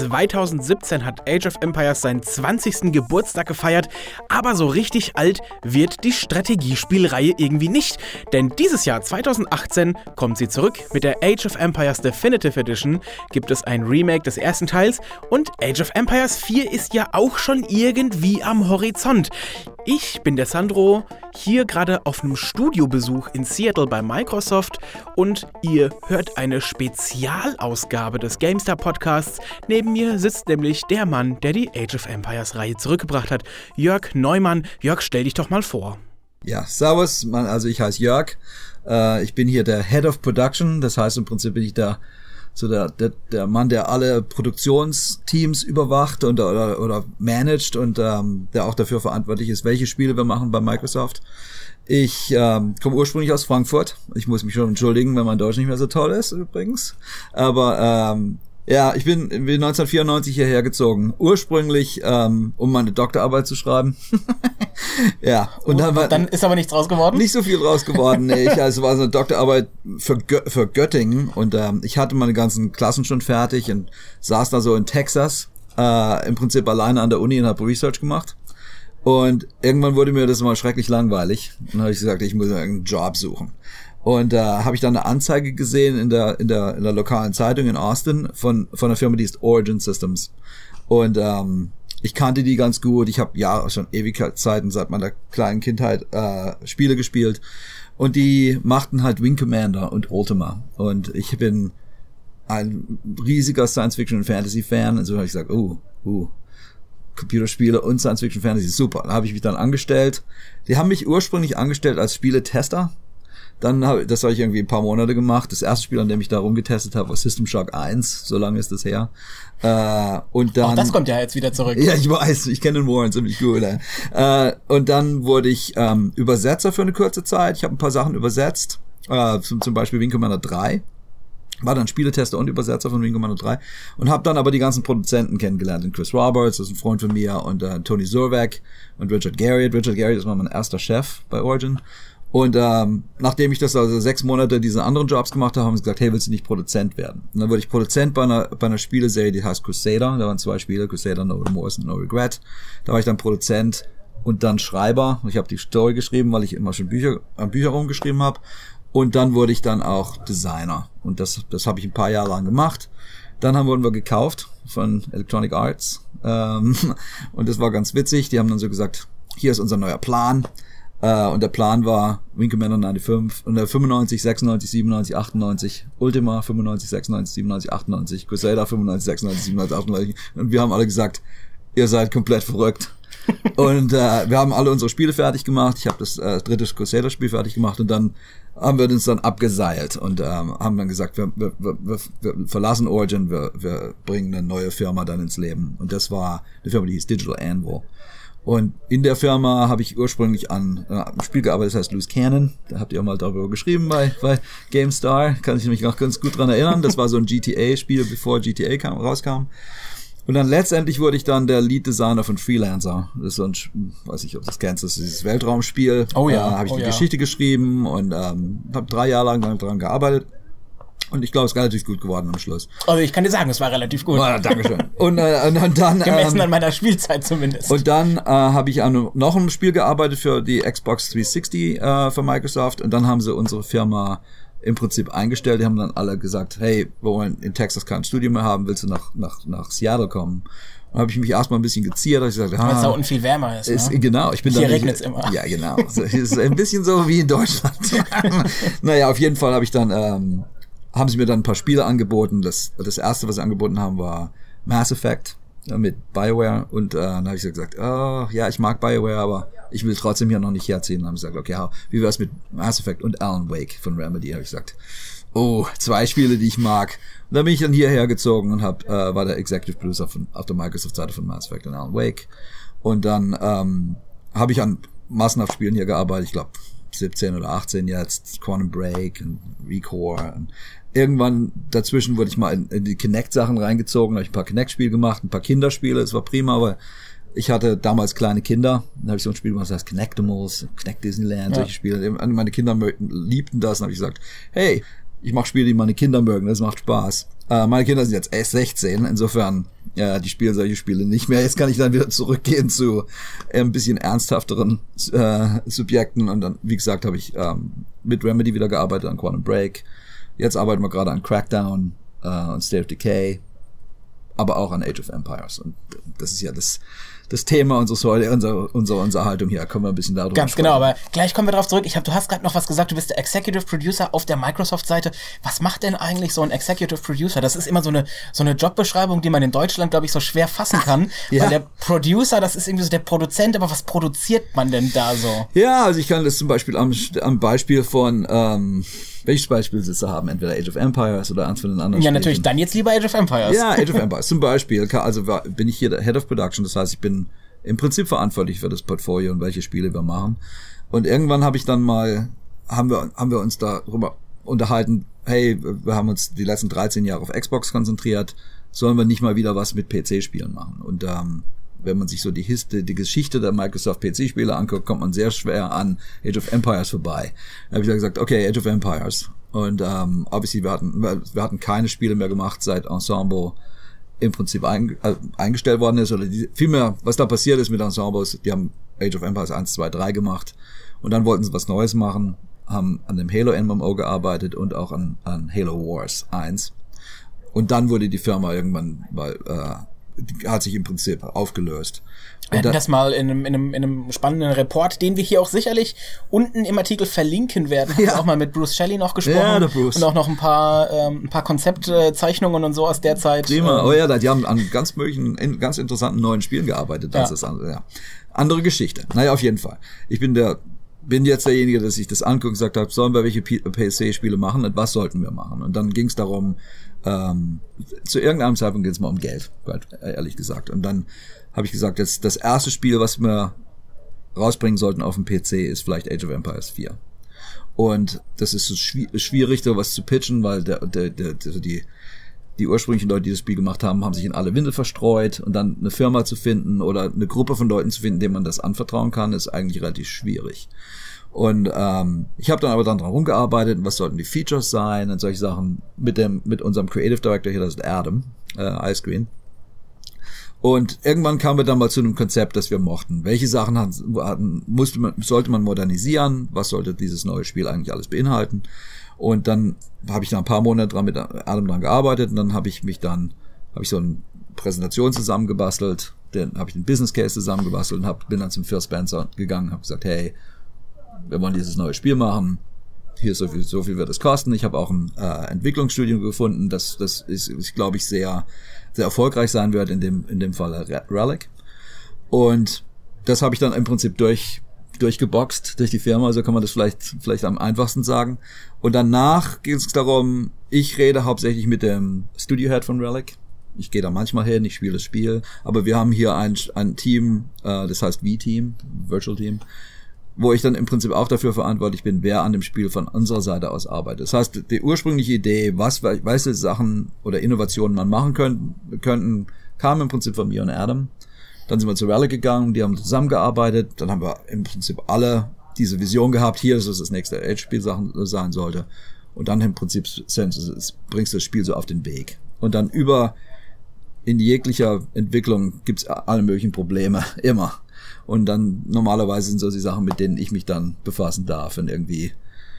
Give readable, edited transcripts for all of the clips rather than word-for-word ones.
2017 hat Age of Empires seinen 20. Geburtstag gefeiert, aber so richtig alt wird die Strategiespielreihe irgendwie nicht. Denn dieses Jahr 2018 kommt sie zurück. Mit der Age of Empires Definitive Edition gibt es ein Remake des ersten Teils und Age of Empires 4 ist ja auch schon irgendwie am Horizont. Ich bin der Sandro, hier gerade auf einem Studiobesuch in Seattle bei Microsoft und ihr hört eine Spezialausgabe des GameStar Podcasts. Neben mir sitzt nämlich der Mann, der die Age of Empires Reihe zurückgebracht hat, Jörg Neumann. Jörg, stell dich doch mal vor. Ja, servus, also ich heiße Jörg, ich bin hier der Head of Production, das heißt im Prinzip bin ich der Mann, der alle Produktionsteams überwacht und oder managt und der auch dafür verantwortlich ist, welche Spiele wir machen bei Microsoft. Ich komme ursprünglich aus Frankfurt. Ich muss mich schon entschuldigen, wenn mein Deutsch nicht mehr so toll ist übrigens. Aber ja, ich bin 1994 hierher gezogen. Ursprünglich, um meine Doktorarbeit zu schreiben. Ja. Und dann ist aber nichts raus geworden? Nicht so viel raus geworden, nee. Es war so eine Doktorarbeit für Göttingen und ich hatte meine ganzen Klassen schon fertig und saß da so in Texas, im Prinzip alleine an der Uni und habe Research gemacht. Und irgendwann wurde mir das mal schrecklich langweilig. Und dann habe ich gesagt, ich muss irgendeinen Job suchen. Und habe ich dann eine Anzeige gesehen in der lokalen Zeitung in Austin von einer Firma, die ist Origin Systems. Und ich kannte die ganz gut. Ich habe ja schon Ewigkeiten seit meiner kleinen Kindheit Spiele gespielt. Und die machten halt Wing Commander und Ultima. Und ich bin ein riesiger Science-Fiction- und Fantasy-Fan. Und so habe ich gesagt, Computerspiele und Science-Fiction-Fantasy, super. Da habe ich mich dann angestellt. Die haben mich ursprünglich angestellt als Spieletester. Das habe ich irgendwie ein paar Monate gemacht. Das erste Spiel, an dem ich da rumgetestet habe, war System Shock 1. So lange ist das her. Und dann, auch das kommt ja jetzt wieder zurück. Ja, ich weiß. Ich kenne den Warren ziemlich gut. Und dann wurde ich Übersetzer für eine kurze Zeit. Ich habe ein paar Sachen übersetzt. Zum Beispiel Wing Commander 3. War dann Spieletester und Übersetzer von Wing Commander 3 und habe dann aber die ganzen Produzenten kennengelernt. Und Chris Roberts, das ist ein Freund von mir, und Tony Zurwek und Richard Garriott. Richard Garriott ist mal mein erster Chef bei Origin. Und nachdem ich das also 6 Monate diese anderen Jobs gemacht habe, haben sie gesagt, hey, willst du nicht Produzent werden? Und dann wurde ich Produzent bei einer Spieleserie, die heißt Crusader. Da waren 2 Spiele, Crusader No Remorse und No Regret. Da war ich dann Produzent und dann Schreiber. Ich habe die Story geschrieben, weil ich immer schon Bücher rumgeschrieben habe. Und dann wurde ich dann auch Designer. Und das habe ich ein paar Jahre lang gemacht. Dann wurden wir gekauft von Electronic Arts. Und das war ganz witzig. Die haben dann so gesagt, hier ist unser neuer Plan. Und der Plan war Wing Commander 95, 95, 96, 97, 98, Ultima 95, 96, 97, 98, Crusader 95, 96, 97, 98. Und wir haben alle gesagt, ihr seid komplett verrückt. Und wir haben alle unsere Spiele fertig gemacht. Ich habe das dritte Crusader-Spiel fertig gemacht und dann haben wir uns dann abgeseilt und haben dann gesagt, wir verlassen Origin, wir bringen eine neue Firma dann ins Leben. Und das war eine Firma, die hieß Digital Anvil. Und in der Firma habe ich ursprünglich an einem Spiel gearbeitet, das heißt Loose Cannon. Da habt ihr auch mal darüber geschrieben bei GameStar. Kann ich mich noch ganz gut dran erinnern. Das war so ein GTA-Spiel, bevor GTA rauskam. Und dann letztendlich wurde ich dann der Lead-Designer von Freelancer. Das ist so ein, weiß nicht, ob du das kennst, das ist dieses Weltraumspiel. Oh ja. Habe ich die Geschichte geschrieben und habe 3 Jahre lang daran gearbeitet. Und ich glaube, es ist relativ gut geworden am Schluss. Also ich kann dir sagen, es war relativ gut. Ja, Dankeschön. Und dann gemessen an meiner Spielzeit zumindest. Und dann habe ich an noch einem Spiel gearbeitet für die Xbox 360 für Microsoft. Und dann haben sie unsere Firma im Prinzip eingestellt. Die haben dann alle gesagt, hey, wir wollen in Texas kein Studio mehr haben, willst du nach Seattle kommen? Dann habe ich mich erstmal ein bisschen geziert, ich gesagt, weil es da unten viel wärmer ist, ne? Genau, ich bin hier regnet es immer. Ja, genau. Es ist ein bisschen so wie in Deutschland. Naja, auf jeden Fall habe ich dann haben sie mir dann ein paar Spiele angeboten. Das erste, was sie angeboten haben, war Mass Effect mit BioWare. Und dann habe ich so gesagt, oh, ja, ich mag BioWare, aber ich will trotzdem hier noch nicht herziehen. Dann haben sie gesagt, okay, wie wär's mit Mass Effect und Alan Wake von Remedy? Habe ich gesagt, 2 Spiele, die ich mag. Und dann bin ich dann hierher gezogen und war der Executive Producer auf der Microsoft-Seite von Mass Effect und Alan Wake. Und dann habe ich an massenhaft Spielen hier gearbeitet. Ich glaube 17 oder 18 jetzt, Quantum Break und Recore. Und irgendwann dazwischen wurde ich mal in die Kinect-Sachen reingezogen, habe ich ein paar Kinect-Spiele gemacht, ein paar Kinderspiele, es war prima, aber ich hatte damals kleine Kinder, dann habe ich so ein Spiel gemacht, das heißt Kinectimals, Kinect Disneyland, solche Spiele. Meine Kinder liebten das, und habe ich gesagt, hey, ich mache Spiele, die meine Kinder mögen, das macht Spaß. Meine Kinder sind jetzt erst 16, insofern, ja, die spielen solche Spiele nicht mehr. Jetzt kann ich dann wieder zurückgehen zu ein bisschen ernsthafteren Subjekten. Und dann, wie gesagt, habe ich mit Remedy wieder gearbeitet an Quantum Break. Jetzt arbeiten wir gerade an Crackdown und State of Decay, aber auch an Age of Empires. Und das ist ja das Thema unserer Unterhaltung hier. Kommen wir ein bisschen darüber Ganz genau, aber gleich kommen wir darauf zurück. Du hast gerade noch was gesagt, du bist der Executive Producer auf der Microsoft-Seite. Was macht denn eigentlich so ein Executive Producer? Das ist immer so eine Jobbeschreibung, die man in Deutschland, glaube ich, so schwer fassen kann. Ja. Weil der Producer, das ist irgendwie so der Produzent, aber was produziert man denn da so? Ja, also ich kann das zum Beispiel am Beispiel von welches Beispiel sie haben? Entweder Age of Empires oder eins von den anderen. Ja, Spielen. Natürlich, dann jetzt lieber Age of Empires. Ja, Age of Empires zum Beispiel. Also bin ich hier der Head of Production, das heißt, ich bin im Prinzip verantwortlich für das Portfolio und welche Spiele wir machen. Und irgendwann haben wir uns darüber unterhalten, hey, wir haben uns die letzten 13 Jahre auf Xbox konzentriert, sollen wir nicht mal wieder was mit PC-Spielen machen? Und wenn man sich so die Geschichte der Microsoft PC-Spiele anguckt, kommt man sehr schwer an Age of Empires vorbei. Da habe ich gesagt, okay, Age of Empires. Und obviously wir hatten keine Spiele mehr gemacht, seit Ensemble im Prinzip eingestellt worden ist. Oder vielmehr, was da passiert ist mit Ensembles, die haben Age of Empires 1, 2, 3 gemacht. Und dann wollten sie was Neues machen, haben an dem Halo MMO gearbeitet und auch an Halo Wars 1. Und dann wurde die Firma irgendwann hat sich im Prinzip aufgelöst. Wir hatten das mal in einem spannenden Report, den wir hier auch sicherlich unten im Artikel verlinken werden. Haben auch mal mit Bruce Shelley noch gesprochen. Ja, der Bruce. Und auch noch ein paar Konzeptzeichnungen und so aus der Zeit. Prima. Oh ja, die haben an ganz interessanten neuen Spielen gearbeitet. Das ist andere Geschichte. Naja, auf jeden Fall. Ich bin jetzt derjenige, der sich das anguckt und gesagt hat, sollen wir welche PC-Spiele machen und was sollten wir machen? Und dann ging es darum, zu irgendeinem Zeitpunkt ging es mal um Geld, ehrlich gesagt. Und dann habe ich gesagt, das erste Spiel, was wir rausbringen sollten auf dem PC, ist vielleicht Age of Empires 4. Und das ist so schwierig, da was zu pitchen, weil die ursprünglichen Leute, die das Spiel gemacht haben, haben sich in alle Windel verstreut. Und dann eine Firma zu finden oder eine Gruppe von Leuten zu finden, denen man das anvertrauen kann, ist eigentlich relativ schwierig. Und ich habe dann aber dran rumgearbeitet, was sollten die Features sein und solche Sachen mit unserem Creative Director hier, das ist Adam Ice-Green. Und irgendwann kamen wir dann mal zu einem Konzept, das wir mochten. Welche Sachen sollte man modernisieren? Was sollte dieses neue Spiel eigentlich alles beinhalten? Und dann habe ich da ein paar Monate mit Adam dran gearbeitet und dann habe ich so eine Präsentation zusammengebastelt, dann habe ich den Business Case zusammengebastelt und bin dann zum Phil Spencer gegangen, habe gesagt, hey, wir wollen dieses neue Spiel machen, hier so viel wird es kosten. Ich habe auch ein Entwicklungsstudio gefunden, das ist, glaube ich, sehr, sehr erfolgreich sein wird, in dem Fall Relic. Und das habe ich dann im Prinzip durchgeboxt durch die Firma, so kann man das vielleicht am einfachsten sagen. Und danach geht es darum, ich rede hauptsächlich mit dem Studio-Head von Relic. Ich gehe da manchmal hin, ich spiele das Spiel, aber wir haben hier ein Team, das heißt V-Team, Virtual Team, wo ich dann im Prinzip auch dafür verantwortlich bin, wer an dem Spiel von unserer Seite aus arbeitet. Das heißt, die ursprüngliche Idee, welche Sachen oder Innovationen man machen könnten, kam im Prinzip von mir und Adam. Dann sind wir zu Relic gegangen, die haben zusammengearbeitet, dann haben wir im Prinzip alle diese Vision gehabt, hier ist das nächste Age-Spiel sein sollte. Und dann im Prinzip bringst du das Spiel so auf den Weg. Und dann in jeglicher Entwicklung gibt's alle möglichen Probleme, immer. Und dann normalerweise sind so die Sachen, mit denen ich mich dann befassen darf. Und irgendwie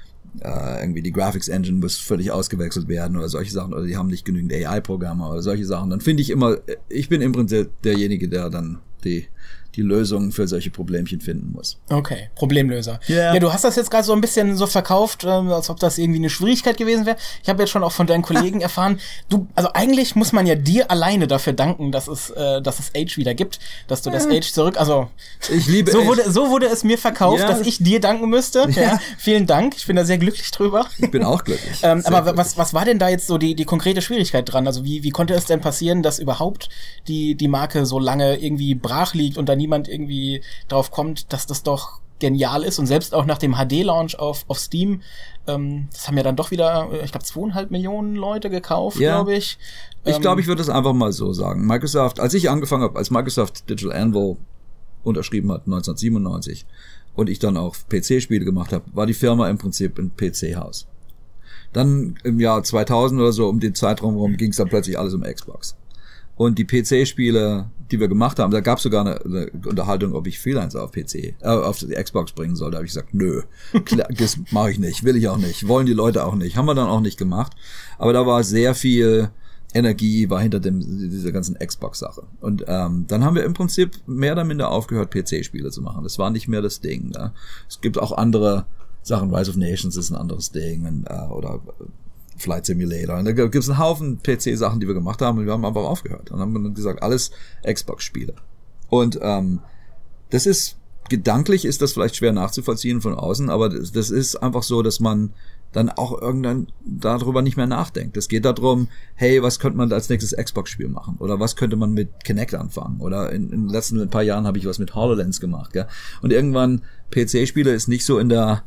die Graphics Engine muss völlig ausgewechselt werden oder solche Sachen. Oder die haben nicht genügend AI-Programme oder solche Sachen. Dann finde ich bin im Prinzip derjenige, der dann die Lösungen für solche Problemchen finden muss. Okay, Problemlöser. Yeah. Ja, du hast das jetzt gerade so ein bisschen so verkauft, als ob das irgendwie eine Schwierigkeit gewesen wäre. Ich habe jetzt schon auch von deinen Kollegen erfahren, also eigentlich muss man ja dir alleine dafür danken, dass es Age wieder gibt, dass du das Age zurück, also ich liebe so wurde es mir verkauft, dass ich dir danken müsste. Ja, vielen Dank, ich bin da sehr glücklich drüber. Ich bin auch glücklich. Aber was war denn da jetzt so die konkrete Schwierigkeit dran? Also wie konnte es denn passieren, dass überhaupt die Marke so lange irgendwie brach liegt und dann niemand irgendwie drauf kommt, dass das doch genial ist und selbst auch nach dem HD-Launch auf Steam, das haben ja dann doch wieder, ich glaube 2,5 Millionen Leute gekauft, glaube ich. Ich glaube, ich würde es einfach mal so sagen. Microsoft, als ich angefangen habe, als Microsoft Digital Anvil unterschrieben hat, 1997, und ich dann auch PC-Spiele gemacht habe, war die Firma im Prinzip ein PC-Haus. Dann im Jahr 2000 oder so, um den Zeitraum rum, ging es dann plötzlich alles um Xbox. Und die PC-Spiele, die wir gemacht haben, da gab es sogar eine Unterhaltung, ob ich Freelancer auf auf die Xbox bringen soll. Da habe ich gesagt, nö, das mache ich nicht, will ich auch nicht, wollen die Leute auch nicht. Haben wir dann auch nicht gemacht. Aber da war sehr viel Energie war hinter dieser ganzen Xbox-Sache. Und dann haben wir im Prinzip mehr oder minder aufgehört, PC-Spiele zu machen. Das war nicht mehr das Ding. Ja. Es gibt auch andere Sachen, Rise of Nations ist ein anderes Ding oder Flight Simulator. Und da gibt es einen Haufen PC-Sachen, die wir gemacht haben und wir haben einfach aufgehört. Und dann haben wir gesagt, alles Xbox-Spiele. Und das ist, gedanklich ist das vielleicht schwer nachzuvollziehen von außen, aber das ist einfach so, dass man dann auch irgendwann darüber nicht mehr nachdenkt. Es geht darum, hey, was könnte man als nächstes Xbox-Spiel machen? Oder was könnte man mit Kinect anfangen? Oder in den letzten paar Jahren habe ich was mit HoloLens gemacht. Gell? Und irgendwann, PC-Spiele ist nicht so in der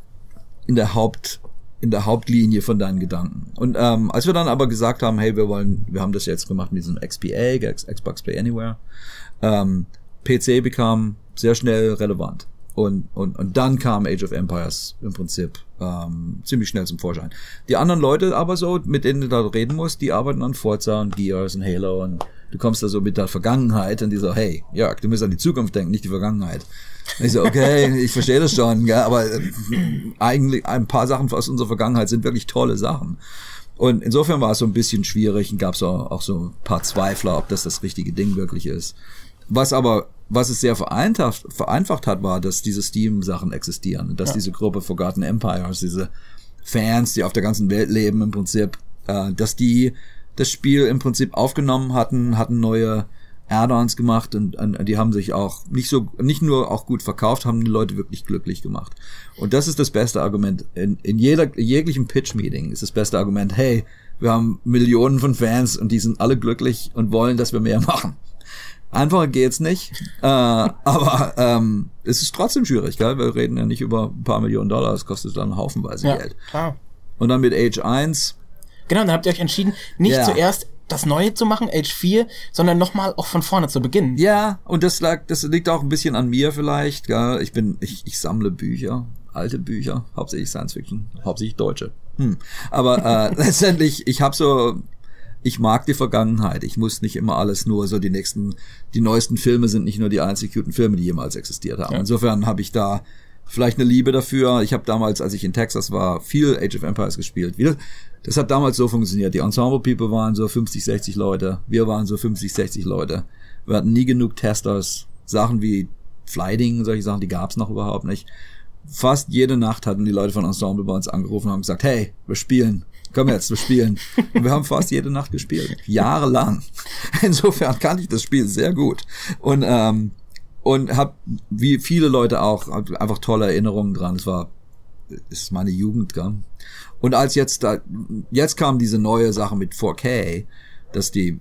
Hauptlinie von deinen Gedanken. Und als wir dann aber gesagt haben, hey, wir haben das jetzt gemacht mit diesem XPA, Xbox Play Anywhere, PC bekam sehr schnell relevant. Und dann kam Age of Empires im Prinzip ziemlich schnell zum Vorschein. Die anderen Leute aber so, mit denen du da reden musst, die arbeiten an Forza und Gears und Halo und du kommst da so mit der Vergangenheit und die so, hey, Jörg, du musst an die Zukunft denken, nicht die Vergangenheit. Und ich so, okay, ich verstehe das schon, gell, aber eigentlich ein paar Sachen aus unserer Vergangenheit sind wirklich tolle Sachen. Und insofern war es so ein bisschen schwierig und gab es auch so ein paar Zweifler, ob das richtige Ding wirklich ist. Was es sehr vereinfacht hat, war, dass diese Steam-Sachen existieren, dass diese Gruppe Forgotten Empires, diese Fans, die auf der ganzen Welt leben im Prinzip, dass die das Spiel im Prinzip aufgenommen hatten neue Add-ons gemacht und die haben sich auch nicht nur auch gut verkauft, haben die Leute wirklich glücklich gemacht. Und das ist das beste Argument. In jeglichem Pitch-Meeting ist das beste Argument, hey, wir haben Millionen von Fans und die sind alle glücklich und wollen, dass wir mehr machen. Einfacher geht's nicht, aber es ist trotzdem schwierig, gell? Wir reden ja nicht über ein paar Millionen $, das kostet dann haufenweise Geld. Klar. Und dann mit Age 1. Genau, dann habt ihr euch entschieden, nicht zuerst das Neue zu machen, Age 4, sondern nochmal auch von vorne zu beginnen. Ja, und das liegt auch ein bisschen an mir vielleicht, gell? Ich sammle Bücher, alte Bücher, hauptsächlich Science Fiction, hauptsächlich deutsche. Aber letztendlich, ich mag die Vergangenheit. Ich muss nicht immer alles nur so die neuesten Filme sind nicht nur die einzig guten Filme, die jemals existiert haben. Ja. Insofern habe ich da vielleicht eine Liebe dafür. Ich habe damals, als ich in Texas war, viel Age of Empires gespielt. Das hat damals so funktioniert. Die Ensemble People waren so 50, 60 Leute. Wir waren so 50, 60 Leute. Wir hatten nie genug Testers. Sachen wie Flighting, solche Sachen, die gab's noch überhaupt nicht. Fast jede Nacht hatten die Leute von Ensemble bei uns angerufen und haben gesagt, hey, wir spielen. Komm jetzt, wir spielen. Und wir haben fast jede Nacht gespielt. Jahrelang. Insofern kannte ich das Spiel sehr gut. Und habe, wie viele Leute auch, einfach tolle Erinnerungen dran. Es ist meine Jugend, gell? Und als jetzt kam diese neue Sache mit 4K, dass die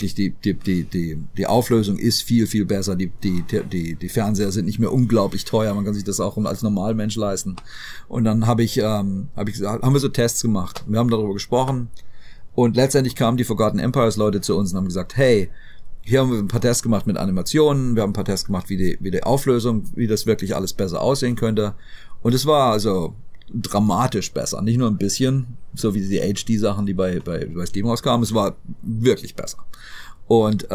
Auflösung ist viel, viel besser. Die Fernseher sind nicht mehr unglaublich teuer. Man kann sich das auch als Normalmensch leisten. Und dann haben wir so Tests gemacht. Wir haben darüber gesprochen. Und letztendlich kamen die Forgotten Empires Leute zu uns und haben gesagt, hey, hier haben wir ein paar Tests gemacht mit Animationen. Wir haben ein paar Tests gemacht, wie die Auflösung, wie das wirklich alles besser aussehen könnte. Und es war also dramatisch besser. Nicht nur ein bisschen, so wie die HD-Sachen, die bei Steam rauskamen. Es war wirklich besser. Und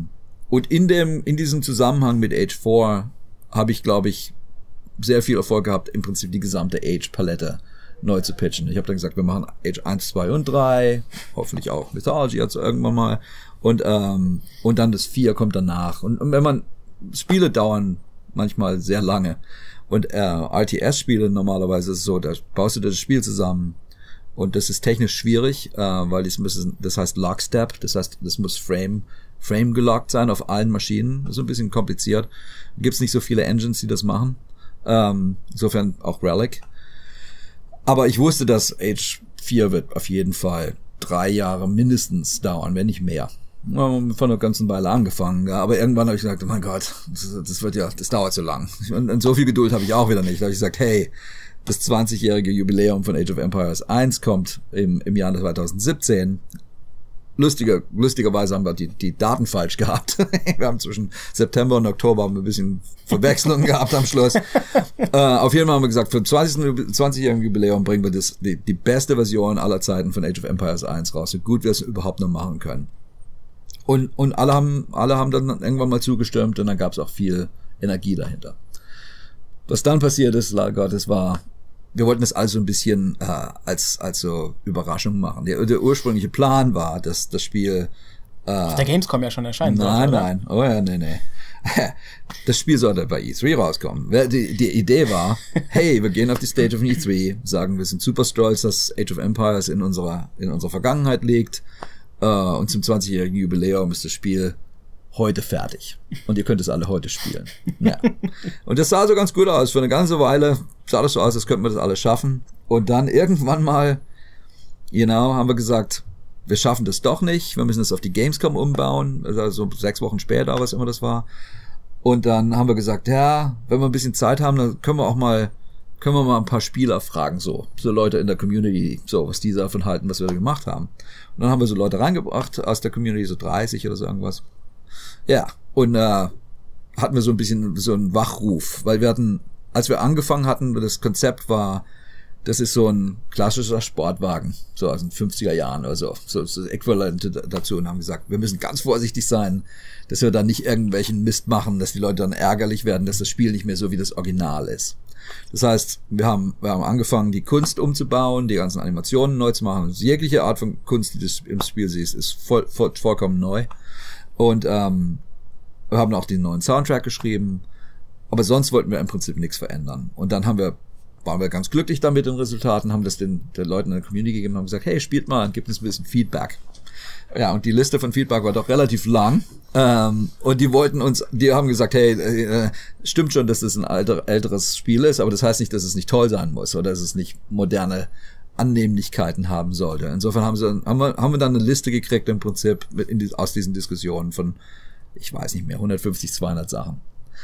in diesem Zusammenhang mit Age 4 habe ich, glaube ich, sehr viel Erfolg gehabt, im Prinzip die gesamte Age-Palette neu zu pitchen. Ich habe dann gesagt, wir machen Age 1, 2 und 3, hoffentlich auch Mythology also irgendwann mal. Und dann das 4 kommt danach. Und wenn Spiele dauern manchmal sehr lange. Und RTS-Spiele normalerweise ist es so, da baust du das Spiel zusammen und das ist technisch schwierig, weil das heißt Lockstep, das heißt, das muss Frame gelockt sein auf allen Maschinen. Das ist ein bisschen kompliziert. Gibt's nicht so viele Engines, die das machen. Insofern auch Relic. Aber ich wusste, dass Age 4 wird auf jeden Fall 3 Jahre mindestens dauern, wenn nicht mehr. Von einer ganzen Weile angefangen, ja, aber irgendwann habe ich gesagt, oh mein Gott, das dauert so lang. Und so viel Geduld habe ich auch wieder nicht. Da habe ich gesagt, hey, das 20-jährige Jubiläum von Age of Empires 1 kommt im Jahr 2017. lustigerweise haben wir die Daten falsch gehabt. Wir haben zwischen September und Oktober ein bisschen Verwechslungen gehabt am Schluss. Auf jeden Fall haben wir gesagt, für 20-jährigen Jubiläum bringen wir die beste Version aller Zeiten von Age of Empires 1 raus, so gut wir es überhaupt noch machen können. Und alle haben dann irgendwann mal zugestimmt und dann gab es auch viel Energie dahinter. Was dann passiert ist, wir wollten das also ein bisschen als so Überraschung machen. Der ursprüngliche Plan war, dass das Spiel auf der Gamescom ja schon erscheinen sollte. Nein. Oh ja, nee. Das Spiel sollte bei E3 rauskommen. Die Idee war, hey, wir gehen auf die Stage of E3, sagen, wir sind super stolz, dass Age of Empires in unserer Vergangenheit liegt, und zum 20-jährigen Jubiläum ist das Spiel heute fertig. Und ihr könnt es alle heute spielen. Ja. Und das sah so ganz gut aus. Für eine ganze Weile sah das so aus, als könnten wir das alles schaffen. Und dann irgendwann mal, haben wir gesagt, wir schaffen das doch nicht. Wir müssen es auf die Gamescom umbauen. Also 6 Wochen später, was immer das war. Und dann haben wir gesagt, ja, wenn wir ein bisschen Zeit haben, dann können wir mal ein paar Spieler fragen, so Leute in der Community, was die davon halten, was wir da gemacht haben. Und dann haben wir so Leute reingebracht aus der Community, so 30 oder so irgendwas. Ja, und hatten wir so ein bisschen so einen Wachruf, weil als wir angefangen hatten, das Konzept war, das ist so ein klassischer Sportwagen, so aus den 50er Jahren oder so das Äquivalent dazu, und haben gesagt, wir müssen ganz vorsichtig sein, dass wir da nicht irgendwelchen Mist machen, dass die Leute dann ärgerlich werden, dass das Spiel nicht mehr so wie das Original ist. Das heißt, wir haben angefangen, die Kunst umzubauen, die ganzen Animationen neu zu machen. Jegliche Art von Kunst, die du im Spiel siehst, ist vollkommen neu. Und wir haben auch den neuen Soundtrack geschrieben, aber sonst wollten wir im Prinzip nichts verändern. Und dann waren wir ganz glücklich damit den Resultaten, haben das den Leuten in der Community gegeben und haben gesagt, hey, spielt mal, gebt uns ein bisschen Feedback. Ja, und die Liste von Feedback war doch relativ lang. Und die haben gesagt, hey, stimmt schon, dass das ein älteres Spiel ist, aber das heißt nicht, dass es nicht toll sein muss oder dass es nicht moderne Annehmlichkeiten haben sollte. Insofern haben wir dann eine Liste gekriegt im Prinzip aus diesen Diskussionen von, ich weiß nicht mehr, 150, 200 Sachen,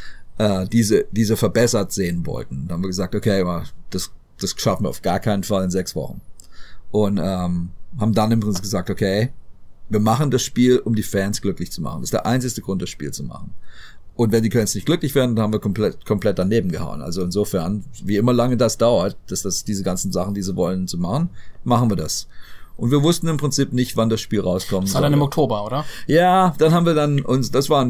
diese verbessert sehen wollten. Dann haben wir gesagt, okay, das schaffen wir auf gar keinen Fall in 6 Wochen. Und haben dann im Prinzip gesagt, okay, wir machen das Spiel, um die Fans glücklich zu machen. Das ist der einzige Grund, das Spiel zu machen. Und wenn die Fans nicht glücklich werden, dann haben wir komplett daneben gehauen. Also insofern, wie immer lange das dauert, diese ganzen Sachen, die sie wollen, zu machen, machen wir das. Und wir wussten im Prinzip nicht, wann das Spiel rauskommt. Das war dann im Oktober, oder? Ja, dann haben wir dann uns, das war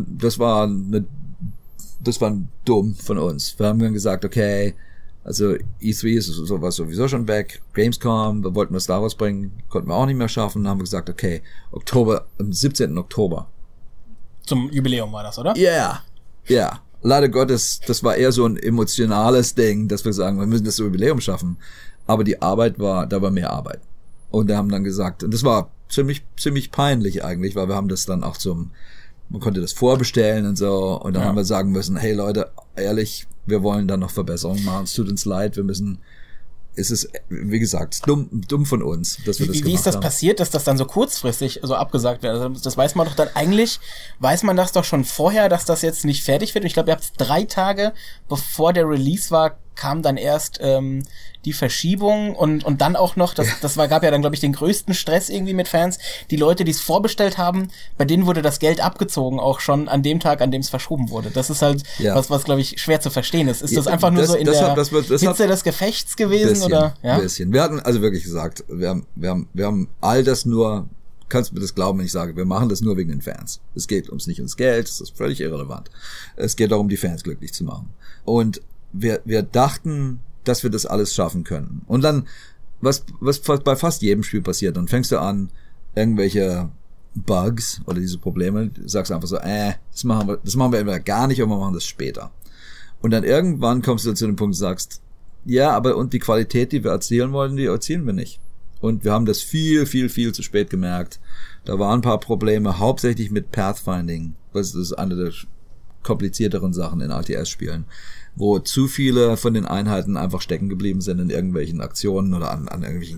dumm von uns. Wir haben dann gesagt, okay, also E3 ist sowas sowieso schon weg, Gamescom, wir wollten was daraus bringen, konnten wir auch nicht mehr schaffen, dann haben wir gesagt, okay, am 17. Oktober. Zum Jubiläum war das, oder? Ja. Leider Gottes, das war eher so ein emotionales Ding, dass wir sagen, wir müssen das Jubiläum schaffen. Aber da war mehr Arbeit. Und wir haben dann gesagt, und das war ziemlich peinlich eigentlich, weil wir haben das dann auch man konnte das vorbestellen und so, und dann haben wir sagen müssen, hey Leute, ehrlich, wir wollen da noch Verbesserungen machen, es tut uns leid, es ist, wie gesagt, dumm von uns, dass wir das gemacht haben. Wie ist das passiert, dass das dann so kurzfristig so abgesagt wird? Also das weiß man doch dann, eigentlich weiß man das doch schon vorher, dass das jetzt nicht fertig wird. Und ich glaube, ihr habt 3 Tage, bevor der Release war, kam dann erst die Verschiebung und dann auch noch, gab ja dann, glaube ich, den größten Stress irgendwie mit Fans. Die Leute, die es vorbestellt haben, bei denen wurde das Geld abgezogen, auch schon an dem Tag, an dem es verschoben wurde. Das ist halt was glaube ich, schwer zu verstehen ist. Ist das einfach nur so in der Hitze des Gefechts gewesen? Oder? Ja? Ein bisschen. Wir hatten also wirklich gesagt, wir haben all das nur, kannst du mir das glauben, wenn ich sage, wir machen das nur wegen den Fans. Es geht nicht ums Geld, das ist völlig irrelevant. Es geht darum, die Fans glücklich zu machen. Und wir dachten, dass wir das alles schaffen können. Und dann, was bei fast jedem Spiel passiert, dann fängst du an, irgendwelche Bugs oder diese Probleme, sagst einfach so, das machen wir entweder gar nicht, oder wir machen das später. Und dann irgendwann kommst du zu dem Punkt und sagst, ja, aber und die Qualität, die wir erzielen wollten, die erzielen wir nicht. Und wir haben das viel, viel, viel zu spät gemerkt. Da waren ein paar Probleme, hauptsächlich mit Pathfinding. Das ist eine der komplizierteren Sachen in RTS-Spielen, wo zu viele von den Einheiten einfach stecken geblieben sind in irgendwelchen Aktionen oder an irgendwelchen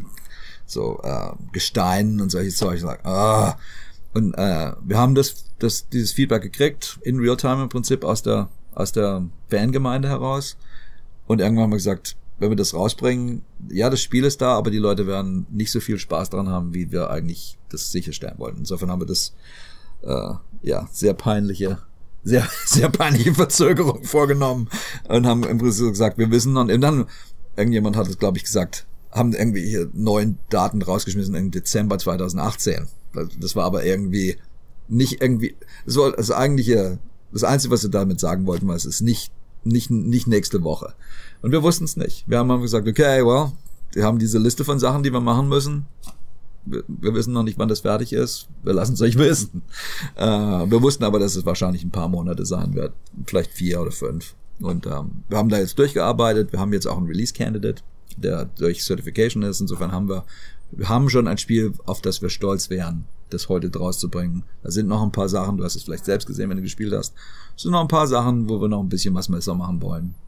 Gesteinen und solche Zeug. Und wir haben dieses Feedback gekriegt, in Realtime im Prinzip aus der Fangemeinde heraus. Und irgendwann haben wir gesagt, wenn wir das rausbringen, ja, das Spiel ist da, aber die Leute werden nicht so viel Spaß dran haben, wie wir eigentlich das sicherstellen wollten. Insofern haben wir das, sehr peinliche Verzögerung vorgenommen und haben im Prinzip gesagt, wir wissen noch, und dann, irgendjemand hat es, glaube ich, gesagt, haben irgendwie hier neuen Daten rausgeschmissen im Dezember 2018. Das war aber irgendwie nicht irgendwie, das war das eigentliche, das Einzige, was wir damit sagen wollten, war, es ist nicht nächste Woche. Und wir wussten es nicht. Wir haben gesagt, okay, well, wir haben diese Liste von Sachen, die wir machen müssen. Wir wissen noch nicht, wann das fertig ist. Wir lassen es euch wissen. Wir wussten aber, dass es wahrscheinlich ein paar Monate sein wird. Vielleicht 4 oder 5. Und wir haben da jetzt durchgearbeitet. Wir haben jetzt auch einen Release-Candidate, der durch Certification ist. Insofern wir haben schon ein Spiel, auf das wir stolz wären, das heute draus zu bringen. Da sind noch ein paar Sachen, du hast es vielleicht selbst gesehen, wenn du gespielt hast. Es sind noch ein paar Sachen, wo wir noch ein bisschen was besser machen wollen.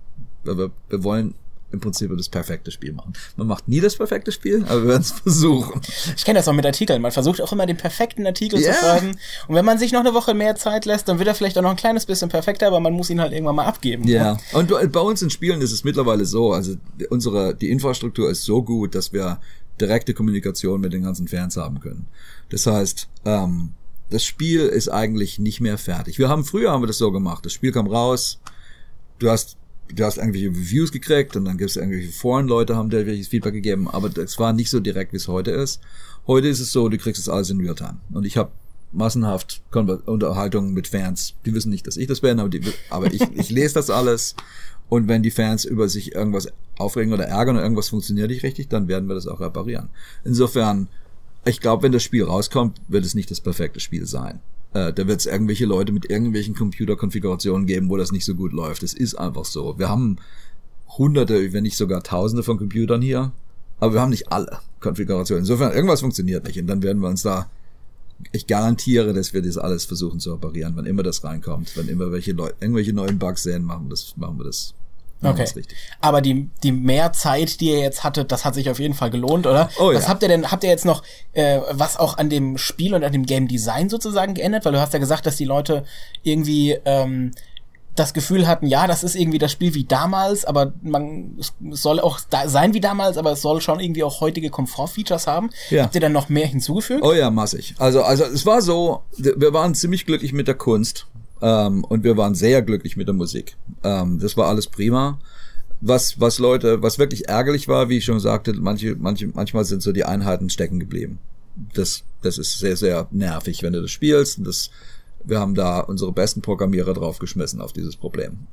Wir wollen im Prinzip das perfekte Spiel machen. Man macht nie das perfekte Spiel, aber wir werden es versuchen. Ich kenne das auch mit Artikeln. Man versucht auch immer den perfekten Artikel zu schreiben. Und wenn man sich noch eine Woche mehr Zeit lässt, dann wird er vielleicht auch noch ein kleines bisschen perfekter, aber man muss ihn halt irgendwann mal abgeben. Ja. Und bei uns in Spielen ist es mittlerweile so, also die Infrastruktur ist so gut, dass wir direkte Kommunikation mit den ganzen Fans haben können. Das heißt, das Spiel ist eigentlich nicht mehr fertig. Früher haben wir das so gemacht. Das Spiel kam raus, du hast irgendwelche Reviews gekriegt und dann gibt es irgendwelche Foren-Leute, haben dir welches Feedback gegeben, aber das war nicht so direkt, wie es heute ist. Heute ist es so, du kriegst das alles in Realtime. Und ich habe massenhaft Unterhaltungen mit Fans. Die wissen nicht, dass ich das bin, aber ich lese das alles. Und wenn die Fans über sich irgendwas aufregen oder ärgern oder irgendwas funktioniert nicht richtig, dann werden wir das auch reparieren. Insofern, ich glaube, wenn das Spiel rauskommt, wird es nicht das perfekte Spiel sein. Da wird es irgendwelche Leute mit irgendwelchen Computerkonfigurationen geben, wo das nicht so gut läuft. Das ist einfach so. Wir haben Hunderte, wenn nicht sogar Tausende von Computern hier, aber wir haben nicht alle Konfigurationen. Insofern, irgendwas funktioniert nicht und dann werden wir uns ich garantiere, dass wir das alles versuchen zu reparieren, wann immer das reinkommt. Wenn immer irgendwelche neuen Bugs sehen, machen wir das. Okay. Aber die mehr Zeit, die ihr jetzt hattet, das hat sich auf jeden Fall gelohnt, oder? Oh, was habt ihr denn? Habt ihr jetzt noch was auch an dem Spiel und an dem Game Design sozusagen geändert? Weil du hast ja gesagt, dass die Leute irgendwie das Gefühl hatten, ja, das ist irgendwie das Spiel wie damals, aber es soll auch sein wie damals, aber es soll schon irgendwie auch heutige Komfortfeatures haben. Ja. Habt ihr dann noch mehr hinzugefügt? Oh ja, massig. Also es war so, wir waren ziemlich glücklich mit der Kunst. Und wir waren sehr glücklich mit der Musik. Das war alles prima. Was wirklich ärgerlich war, wie ich schon sagte, manchmal sind so die Einheiten stecken geblieben. Das ist sehr, sehr nervig, wenn du das spielst. Wir haben da unsere besten Programmierer draufgeschmissen auf dieses Problem.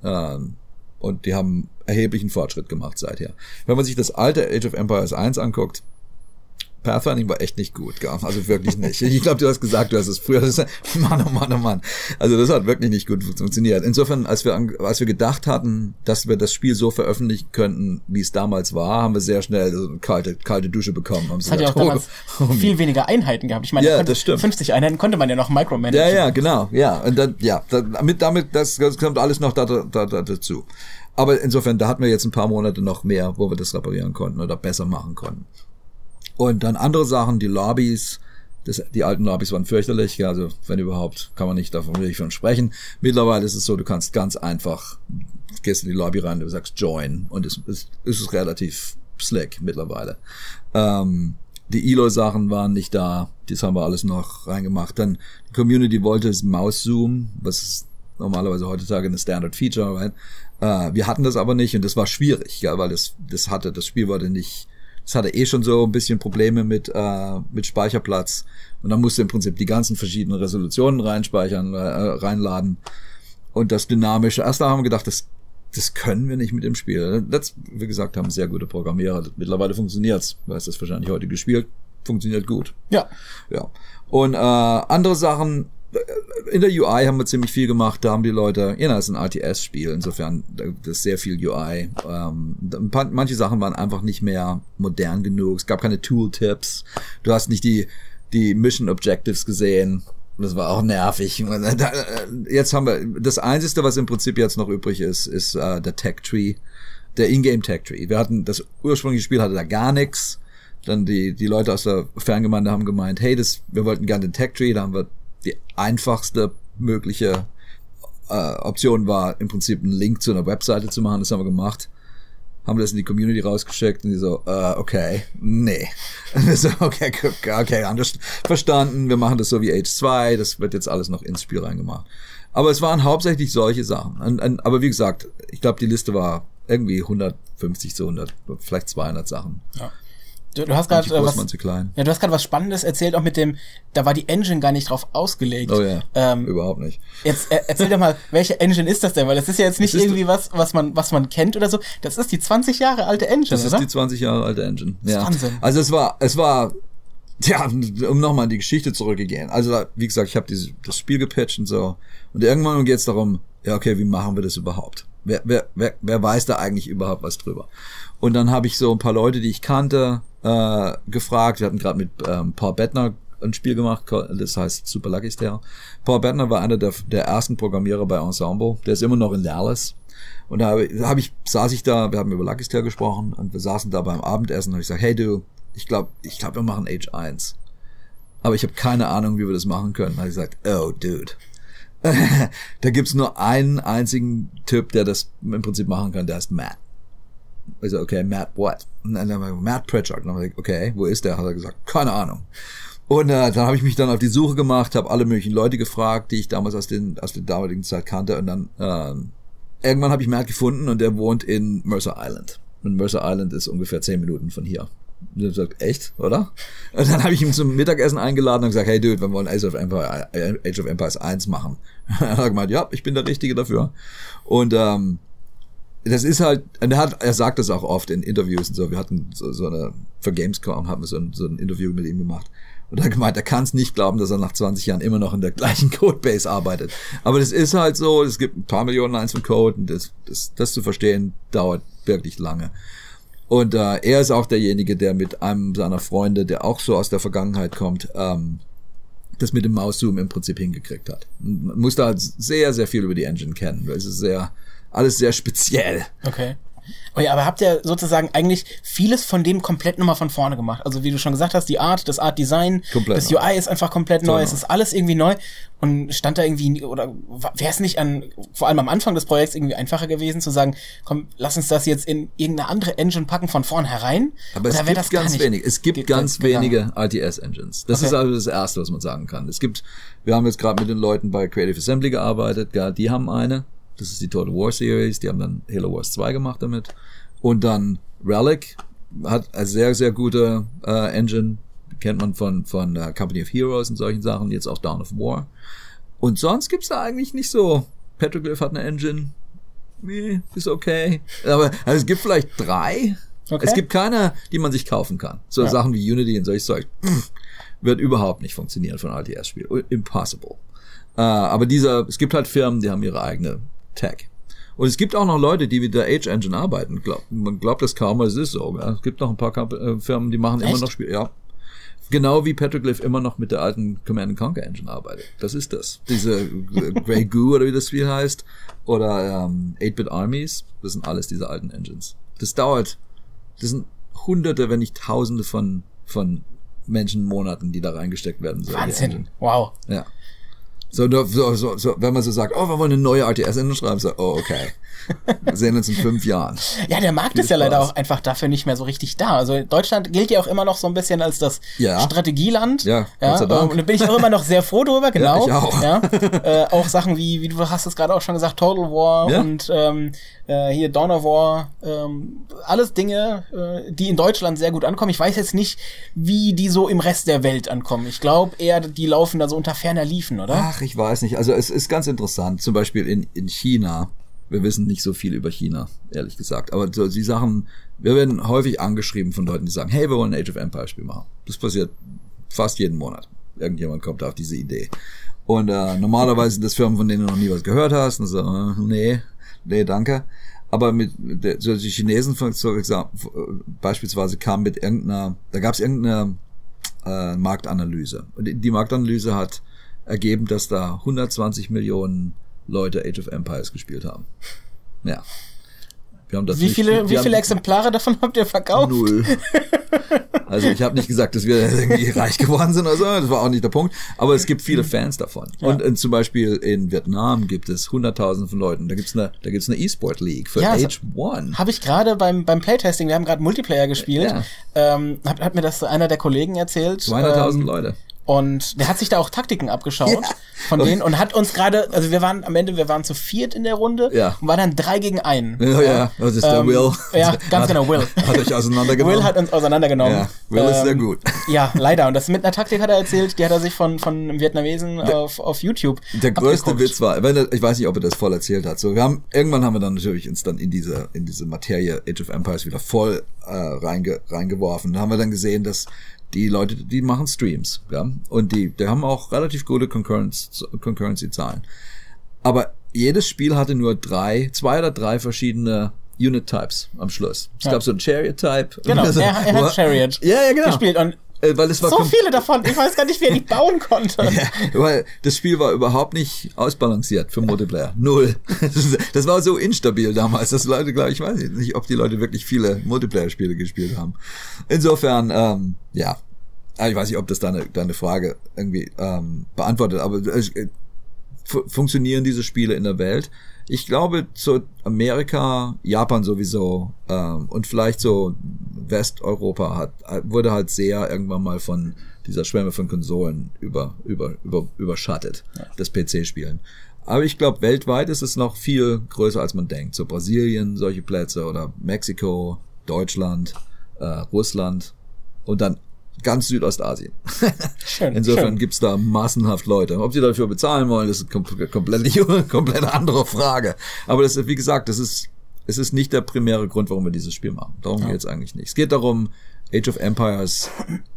Und die haben erheblichen Fortschritt gemacht seither. Wenn man sich das alte Age of Empires 1 anguckt, Pathfinding war echt nicht gut, gell? Also wirklich nicht. Ich glaube, du hast gesagt, du hast es früher. Mann. Also das hat wirklich nicht gut funktioniert. Insofern, als wir gedacht hatten, dass wir das Spiel so veröffentlichen könnten, wie es damals war, haben wir sehr schnell so eine kalte Dusche bekommen. Das hat ja auch damals viel weniger Einheiten gehabt. Ich meine, ja, das stimmt. 50 Einheiten konnte man ja noch micromanagen. Ja, genau. Ja, und dann, damit das kommt alles noch dazu. Aber insofern, da hatten wir jetzt ein paar Monate noch mehr, wo wir das reparieren konnten oder besser machen konnten. Und dann andere Sachen, die Lobbys, die alten Lobbys waren fürchterlich, also wenn überhaupt, kann man nicht davon wirklich von sprechen. Mittlerweile ist es so, du kannst ganz einfach, gehst in die Lobby rein, du sagst Join und es ist relativ slick mittlerweile. Die Elo-Sachen waren nicht da, das haben wir alles noch reingemacht. Dann die Community wollte das Maus-Zoom, was ist normalerweise heutzutage eine Standard-Feature, right? Wir hatten das aber nicht und das war schwierig, ja, weil das Spiel wurde nicht. Es hatte schon so ein bisschen Probleme mit Speicherplatz. Und dann musste im Prinzip die ganzen verschiedenen Resolutionen reinladen. Und das Dynamische. Erst da haben wir gedacht, das können wir nicht mit dem Spiel. Das, wie gesagt, haben sehr gute Programmierer. Mittlerweile funktioniert's. Du hast das wahrscheinlich heute gespielt. Funktioniert gut. Ja. Und andere Sachen, in der UI haben wir ziemlich viel gemacht. Da haben die Leute, es ist ein RTS-Spiel, insofern das ist sehr viel UI. Manche Sachen waren einfach nicht mehr modern genug. Es gab keine Tooltips. Du hast nicht die Mission Objectives gesehen. Das war auch nervig. Jetzt haben wir das Einzige, was im Prinzip jetzt noch übrig ist der Tech Tree, der Ingame Tech Tree. Wir hatten das ursprüngliche Spiel hatte da gar nichts. Dann die Leute aus der Fangemeinde haben gemeint, hey, wir wollten gerne den Tech Tree. Da haben wir die einfachste mögliche Option war, im Prinzip einen Link zu einer Webseite zu machen. Das haben wir gemacht. haben das in die Community rausgeschickt und die so, okay, nee. So, okay, anders verstanden, wir machen das so wie Age 2, das wird jetzt alles noch ins Spiel reingemacht. Aber es waren hauptsächlich solche Sachen. Aber wie gesagt, ich glaube, die Liste war irgendwie 150 zu 100, vielleicht 200 Sachen. Ja. Du hast gerade was Spannendes erzählt, auch mit dem, da war die Engine gar nicht drauf ausgelegt. Oh ja, überhaupt nicht. Jetzt erzähl doch mal, welche Engine ist das denn? Weil das ist ja jetzt nicht irgendwie was man kennt oder so. Das ist die 20 Jahre alte Engine, Das oder? ist die 20 Jahre alte Engine. Das ist Wahnsinn. Also es war, ja, um nochmal in die Geschichte zurückzugehen. Also wie gesagt, ich habe das Spiel gepatcht und so. Und irgendwann geht es darum, ja okay, wie machen wir das überhaupt? Wer weiß da eigentlich überhaupt was drüber? Und dann habe ich so ein paar Leute, die ich kannte, gefragt. Wir hatten gerade mit Paul Bettner ein Spiel gemacht, das heißt Super Lucky Tale. Paul Bettner war einer der ersten Programmierer bei Ensemble. Der ist immer noch in Dallas. Und da saß ich da, wir haben über Lucky Tale gesprochen und wir saßen da beim Abendessen und habe ich gesagt, hey du, ich glaube, wir machen Age 1. Aber ich habe keine Ahnung, wie wir das machen können. Da habe ich gesagt, oh dude. Da gibt's nur einen einzigen Typ, der das im Prinzip machen kann, der heißt Matt. Ich so, okay, Matt what? Und dann haben wir Matt Pritchard. Und dann haben wir gesagt, okay, wo ist der? Hat er gesagt, keine Ahnung. Und dann habe ich mich dann auf die Suche gemacht, habe alle möglichen Leute gefragt, die ich damals aus der damaligen Zeit kannte. Und dann irgendwann habe ich Matt gefunden und der wohnt in Mercer Island. Und Mercer Island ist ungefähr 10 Minuten von hier. Und er sagt, echt, oder? Und dann habe ich ihn zum Mittagessen eingeladen und gesagt, hey Dude, wir wollen Age of Empires 1 machen. Er hat gemeint, ja, ich bin der Richtige dafür. Und das ist halt, er sagt das auch oft in Interviews und so. Wir hatten so eine, für Gamescom haben wir so ein Interview mit ihm gemacht. Und er hat gemeint, er kann es nicht glauben, dass er nach 20 Jahren immer noch in der gleichen Codebase arbeitet. Aber das ist halt so, es gibt ein paar Millionen Lines von Code und das zu verstehen dauert wirklich lange. Und er ist auch derjenige, der mit einem seiner Freunde, der auch so aus der Vergangenheit kommt, das mit dem Mauszoom im Prinzip hingekriegt hat. Man muss da halt sehr, sehr viel über die Engine kennen, weil es ist alles sehr speziell. Okay. Oh ja, aber habt ihr sozusagen eigentlich vieles von dem komplett nochmal von vorne gemacht? Also wie du schon gesagt hast, das Art Design, komplett das neu. UI ist einfach komplett neu, es ist alles irgendwie neu und stand da irgendwie, oder wäre es nicht vor allem am Anfang des Projekts irgendwie einfacher gewesen zu sagen, komm, lass uns das jetzt in irgendeine andere Engine packen von vornherein? Aber es gibt ganz wenige RTS-Engines. Das ist also das Erste, was man sagen kann. Wir haben jetzt gerade mit den Leuten bei Creative Assembly gearbeitet, die haben eine. Das ist die Total War Series, die haben dann Halo Wars 2 gemacht damit. Und dann Relic hat eine sehr, sehr gute Engine, kennt man von Company of Heroes und solchen Sachen, jetzt auch Dawn of War. Und sonst gibt's da eigentlich nicht so. Petroglyph hat eine Engine, ist okay. Aber es gibt vielleicht 3. Okay. Es gibt keine, die man sich kaufen kann. So Sachen wie Unity und solches Zeug wird überhaupt nicht funktionieren von RTS-Spiel. Impossible. Aber es gibt halt Firmen, die haben ihre eigene Tech. Und es gibt auch noch Leute, die mit der Age Engine arbeiten. Man glaubt das kaum, aber es ist so. Ja. Es gibt noch ein paar Firmen, die machen immer noch Spiele. Ja. Genau wie Petroglyph immer noch mit der alten Command & Conquer Engine arbeitet. Das ist das. Diese Grey Goo oder wie das Spiel heißt. Oder 8-Bit Armies. Das sind alles diese alten Engines. Das sind Hunderte, wenn nicht Tausende von Menschenmonaten, die da reingesteckt werden. Wahnsinn. Wow. Ja. So, wenn man so sagt, oh, wir wollen eine neue RTS-Engine schreiben, so, oh, okay. Wir sehen uns in 5 Jahren. Ja, der Markt ist ja leider auch einfach dafür nicht mehr so richtig da. Also Deutschland gilt ja auch immer noch so ein bisschen als das Strategieland. Ja, Gott sei Dank. Und da bin ich auch immer noch sehr froh drüber, genau. Ja, ich auch. Ja, auch Sachen wie du hast es gerade auch schon gesagt, Total War und hier Dawn of War, alles Dinge, die in Deutschland sehr gut ankommen. Ich weiß jetzt nicht, wie die so im Rest der Welt ankommen. Ich glaube eher, die laufen da so unter ferner Liefen, oder? Ach, ich weiß nicht. Also es ist ganz interessant. Zum Beispiel in China. Wir wissen nicht so viel über China, ehrlich gesagt. Aber so die Sachen, wir werden häufig angeschrieben von Leuten, die sagen, hey, wir wollen ein Age of Empires Spiel machen. Das passiert fast jeden Monat. Irgendjemand kommt auf diese Idee. Und normalerweise sind das Firmen, von denen du noch nie was gehört hast. Und so, nee, danke. Aber die Chinesen beispielsweise kamen mit da gab es irgendeine Marktanalyse. Und die Marktanalyse hat ergeben, dass da 120 Millionen Leute Age of Empires gespielt haben. Ja. Wie viele Exemplare davon habt ihr verkauft? 0. Also ich habe nicht gesagt, dass wir irgendwie reich geworden sind oder so, das war auch nicht der Punkt, aber es gibt viele Fans davon. Ja. Und zum Beispiel in Vietnam gibt es 100.000 von Leuten, da gibt's eine E-Sport League für Age 1. Habe ich gerade beim Playtesting, wir haben gerade Multiplayer gespielt, hat mir das einer der Kollegen erzählt. 200.000 Leute. Und der hat sich da auch Taktiken abgeschaut von denen und hat uns gerade, also wir waren zu viert in der Runde und waren dann 3 gegen 1. Ja, das ist der Will. Ja, ganz genau, Will. Hat euch auseinandergenommen. Will hat uns auseinandergenommen. Ja, Will ist sehr gut. Ja, leider. Und das mit einer Taktik hat er erzählt, die hat er sich von einem Vietnamesen auf YouTube Der größte Witz war, ich weiß nicht, ob er das voll erzählt hat. So, irgendwann haben wir dann natürlich uns dann in diese Materie Age of Empires wieder voll reingeworfen. Da haben wir dann gesehen, dass die Leute, die machen Streams, ja, und die haben auch relativ gute Concurrency-Zahlen. Aber jedes Spiel hatte nur 2 oder 3 verschiedene Unit-Types am Schluss. Es gab so ein Chariot-Type. Genau, er hat Chariot genau. gespielt und weil es war so viele davon, ich weiß gar nicht, wer die bauen konnte. Ja, weil das Spiel war überhaupt nicht ausbalanciert für Multiplayer. 0. Das war so instabil damals, dass Leute, glaube ich, weiß nicht, ob die Leute wirklich viele Multiplayer-Spiele gespielt haben. Insofern, ich weiß nicht, ob das deine Frage irgendwie beantwortet, aber funktionieren diese Spiele in der Welt? Ich glaube, zu Amerika, Japan sowieso und vielleicht so Westeuropa wurde halt sehr irgendwann mal von dieser Schwemme von Konsolen überschattet, das PC-Spielen. Aber ich glaube, weltweit ist es noch viel größer, als man denkt. So Brasilien, solche Plätze oder Mexiko, Deutschland, Russland und dann ganz Südostasien. Schön, Insofern gibt's da massenhaft Leute. Ob sie dafür bezahlen wollen, das ist komplett andere Frage. Aber das ist, wie gesagt, es ist nicht der primäre Grund, warum wir dieses Spiel machen. Darum geht's eigentlich nicht. Es geht darum, Age of Empires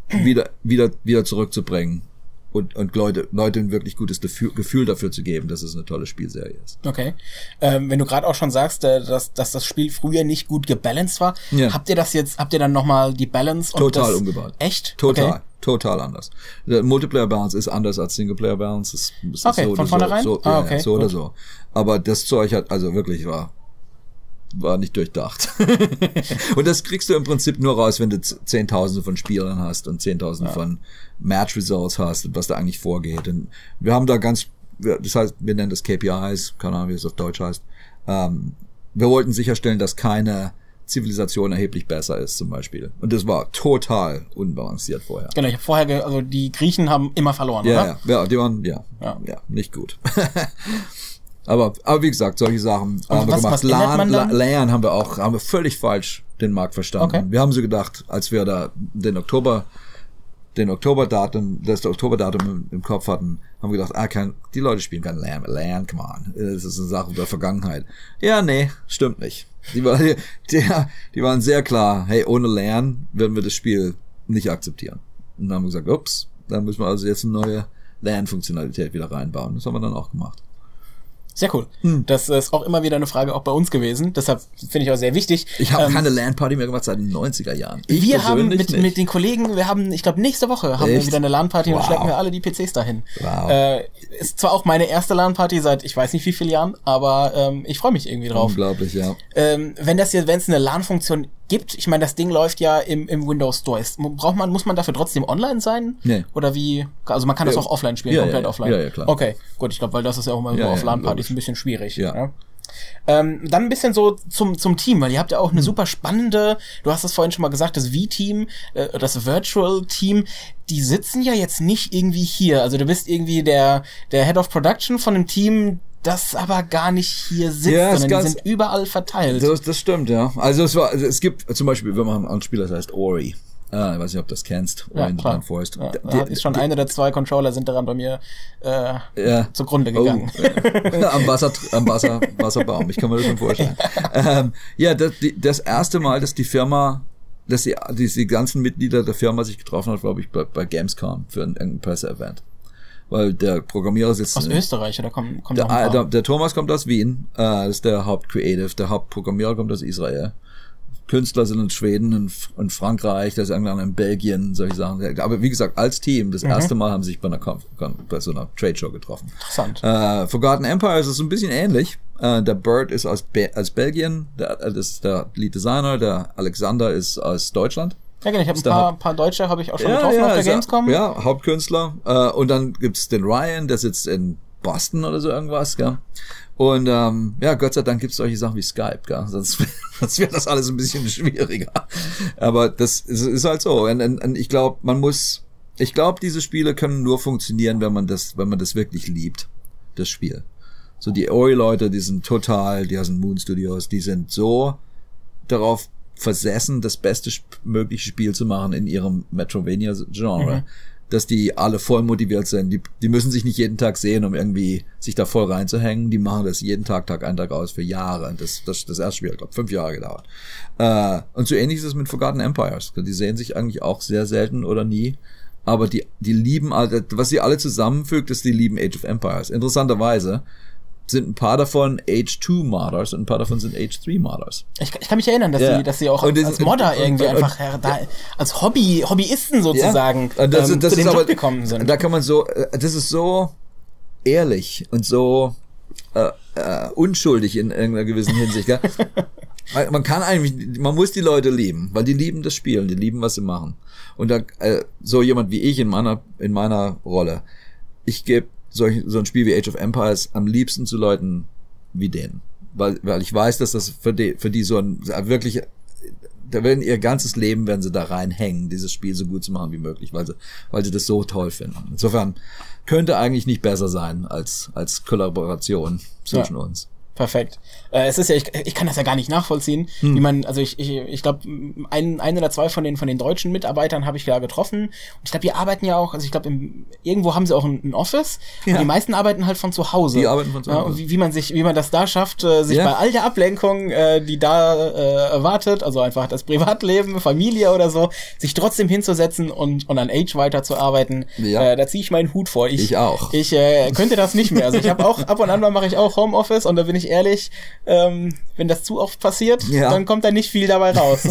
wieder zurückzubringen und Leute ein wirklich gutes Gefühl dafür zu geben, dass es eine tolle Spielserie ist. Okay. Wenn du gerade auch schon sagst, dass das Spiel früher nicht gut gebalanced war, habt ihr dann nochmal die Balance und total umgebaut. Echt? Total anders. Der Multiplayer-Balance ist anders als Singleplayer-Balance. Ist okay, so von vornherein? so oder so. Aber das Zeug also wirklich war nicht durchdacht. Und das kriegst du im Prinzip nur raus, wenn du Zehntausende von Spielern hast und Zehntausende von Match-Results hast und was da eigentlich vorgeht. Und wir haben da das heißt, wir nennen das KPIs, keine Ahnung, wie es auf Deutsch heißt. Wir wollten sicherstellen, dass keine Zivilisation erheblich besser ist, zum Beispiel. Und das war total unbalanciert vorher. Genau, ich habe vorher, also die Griechen haben immer verloren, oder? Ja, die waren, nicht gut. Aber wie gesagt, solche Sachen haben wir gemacht. LAN haben wir völlig falsch den Markt verstanden. Okay. Wir haben so gedacht, als wir da das Oktoberdatum im Kopf hatten, haben wir gedacht, die Leute spielen kein LAN, come on. Das ist eine Sache der Vergangenheit. Ja, nee, stimmt nicht. Die waren sehr klar, hey, ohne LAN werden wir das Spiel nicht akzeptieren. Und dann haben wir gesagt, ups, dann müssen wir also jetzt eine neue LAN-Funktionalität wieder reinbauen. Das haben wir dann auch gemacht. Sehr cool. Das ist auch immer wieder eine Frage auch bei uns gewesen. Deshalb finde ich auch sehr wichtig. Ich habe keine LAN-Party mehr gemacht seit den 90er Jahren. Wir haben mit den Kollegen, ich glaube nächste Woche haben wir wieder eine LAN-Party und schleppen wir alle die PCs dahin. Wow. Ist zwar auch meine erste LAN-Party seit ich weiß nicht wie vielen Jahren, aber ich freue mich irgendwie drauf. Unglaublich, ja. Wenn es eine LAN-Funktion gibt, ich meine, das Ding läuft ja im Windows Store. Muss man dafür trotzdem online sein? Nee. Oder wie? Also man kann das auch offline spielen, komplett offline. Ja, klar. Okay, gut, ich glaube, weil das ist ja auch immer so auf LAN-Partys ein bisschen schwierig. Ja. Dann ein bisschen so zum Team, weil ihr habt ja auch eine super spannende, du hast es vorhin schon mal gesagt, das V-Team, das Virtual-Team, die sitzen ja jetzt nicht irgendwie hier. Also du bist irgendwie der Head of Production von einem Team, das aber gar nicht hier sitzt, sondern die sind überall verteilt. Das stimmt, ja. Also es gibt zum Beispiel, wir machen ein Spiel, das heißt Ori. Ich weiß nicht, ob du das kennst. Ja, klar. Forest. Ja, ist schon eine der 2 Controller sind daran bei mir zugrunde gegangen. Am Wasserbaum. Ich kann mir das schon vorstellen. Das erste Mal, dass die ganzen Mitglieder der Firma sich getroffen hat, glaube ich, bei Gamescom für ein Presseevent. Weil der Programmierer sitzt aus Österreich, oder kommt noch ein paar? Der Thomas kommt aus Wien, das ist der Hauptcreative, der Hauptprogrammierer kommt aus Israel. Künstler sind in Schweden und Frankreich, da ist irgendwann in Belgien, solche Sachen. Aber wie gesagt, als Team, das erste Mal haben sie sich bei so einer Trade-Show getroffen. Interessant. Forgotten Empire ist es so ein bisschen ähnlich. Der Bird ist aus Belgien, das ist der Lead Designer, der Alexander ist aus Deutschland. Ja, genau, ich habe ein paar Deutsche habe ich auch schon getroffen auf der Gamescom. Ja, Hauptkünstler. Und dann gibt's den Ryan, der sitzt in Boston oder so irgendwas, gell? Und Gott sei Dank gibt's solche Sachen wie Skype, gell? Sonst wäre das alles ein bisschen schwieriger. Aber das ist halt so. Und ich glaube, diese Spiele können nur funktionieren, wenn man das wirklich liebt, das Spiel. So die Ori-Leute, die sind Moon Studios, die sind so darauf versessen, das beste mögliche Spiel zu machen in ihrem Metroidvania-Genre, dass die alle voll motiviert sind. Die müssen sich nicht jeden Tag sehen, um irgendwie sich da voll reinzuhängen. Die machen das jeden Tag ein, Tag aus für Jahre. Das erste Spiel, ich glaube, 5 Jahre gedauert. Und so ähnlich ist es mit Forgotten Empires. Die sehen sich eigentlich auch sehr selten oder nie. Aber die lieben, was sie alle zusammenfügt, ist, die lieben Age of Empires. Interessanterweise sind ein paar davon Age-2-Modders und ein paar davon sind Age-3-Modders. Ich kann mich erinnern, dass sie auch als Modder irgendwie einfach als Hobbyisten sozusagen zu dem Job gekommen sind. Da kann man das ist so ehrlich und so unschuldig in irgendeiner gewissen Hinsicht. Gell? Man muss die Leute lieben, weil die lieben das Spiel und die lieben, was sie machen. Und da so jemand wie ich in meiner Rolle, ich gebe so ein Spiel wie Age of Empires am liebsten zu Leuten wie denen. Weil ich weiß, dass das für die so ein wirklich, da werden ihr ganzes Leben werden sie da reinhängen, dieses Spiel so gut zu machen wie möglich, weil sie das so toll finden. Insofern könnte eigentlich nicht besser sein als Kollaboration zwischen uns. Perfekt. Es ist ja, ich kann das ja gar nicht nachvollziehen, wie man, also ich glaube, ein oder zwei von den deutschen Mitarbeitern habe ich ja getroffen. Und ich glaube, die arbeiten ja auch, also ich glaube, irgendwo haben sie auch ein Office. Ja. Und die meisten arbeiten halt von zu Hause. Die arbeiten von zu Hause. Wie man das da schafft, sich bei all der Ablenkung, die da erwartet, also einfach das Privatleben, Familie oder so, sich trotzdem hinzusetzen und an Age weiterzuarbeiten. Ja. Da ziehe ich meinen Hut vor. Ich auch. Ich könnte das nicht mehr. Also ich habe auch, ab und an mal mache ich auch Homeoffice und da bin ich ehrlich, wenn das zu oft passiert, dann kommt da nicht viel dabei raus.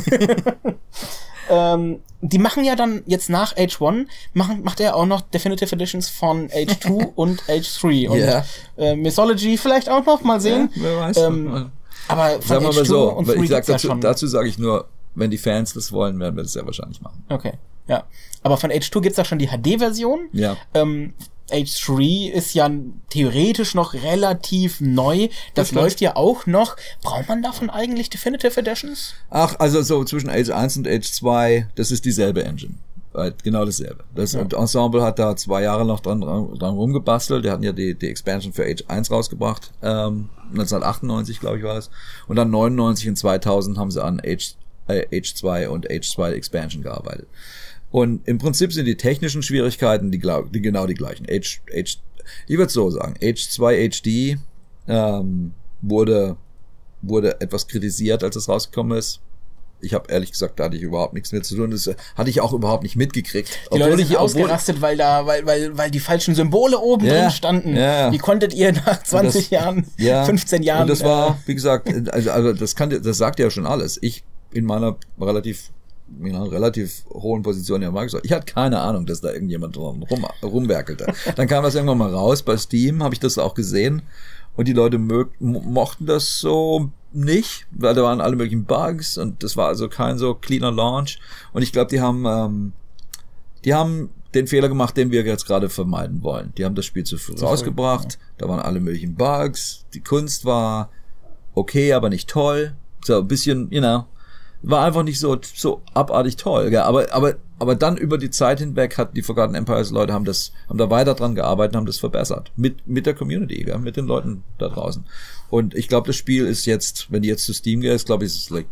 Die machen ja dann jetzt nach Age 1, macht er auch noch Definitive Editions von Age 2 und Age 3 und Mythology vielleicht auch noch, mal sehen. Ja, wer weiß. Aber von Age 2 und 3 dazu sage ich nur, wenn die Fans das wollen, werden wir das ja wahrscheinlich machen. Okay, ja. Aber von Age 2 gibt's da schon die HD-Version. Ja. Age 3 ist ja theoretisch noch relativ neu. Das läuft ja auch noch. Braucht man davon eigentlich Definitive Editions? Ach, also so zwischen Age 1 und Age 2, das ist dieselbe Engine. Genau dasselbe. Und Ensemble hat da 2 Jahre noch dran rumgebastelt. Die hatten ja die Expansion für Age 1 rausgebracht. 1998, glaube ich, war das. Und dann 99 und 2000 haben sie an Age 2 und Age 2 Expansion gearbeitet. Und im Prinzip sind die technischen Schwierigkeiten genau die gleichen. Ich würde so sagen, Age 2 HD wurde etwas kritisiert, als es rausgekommen ist. Ich habe ehrlich gesagt, da hatte ich überhaupt nichts mehr zu tun. Das hatte ich auch überhaupt nicht mitgekriegt. Die Leute sind ausgerastet, weil die falschen Symbole oben drin standen. Ja. Wie konntet ihr nach 20 Jahren, 15 Jahren... Und das war, wie gesagt, also das sagt ja schon alles. Ich in meiner relativ hohen Position ja Microsoft. Ich hatte keine Ahnung, dass da irgendjemand rumwerkelte. Dann kam das irgendwann mal raus. Bei Steam habe ich das auch gesehen. Und die Leute mochten das so nicht, weil da waren alle möglichen Bugs und das war also kein so cleaner Launch. Und ich glaube, die haben den Fehler gemacht, den wir jetzt gerade vermeiden wollen. Die haben das Spiel zu früh rausgebracht. Da waren alle möglichen Bugs. Die Kunst war okay, aber nicht toll. So ein bisschen, war einfach nicht so abartig toll, ja, aber dann über die Zeit hinweg hat die Forgotten Empires Leute haben da weiter dran gearbeitet, haben das verbessert mit der Community, ja, mit den Leuten da draußen. Und ich glaube, das Spiel ist jetzt, wenn die jetzt zu Steam geht, glaube ich, ist es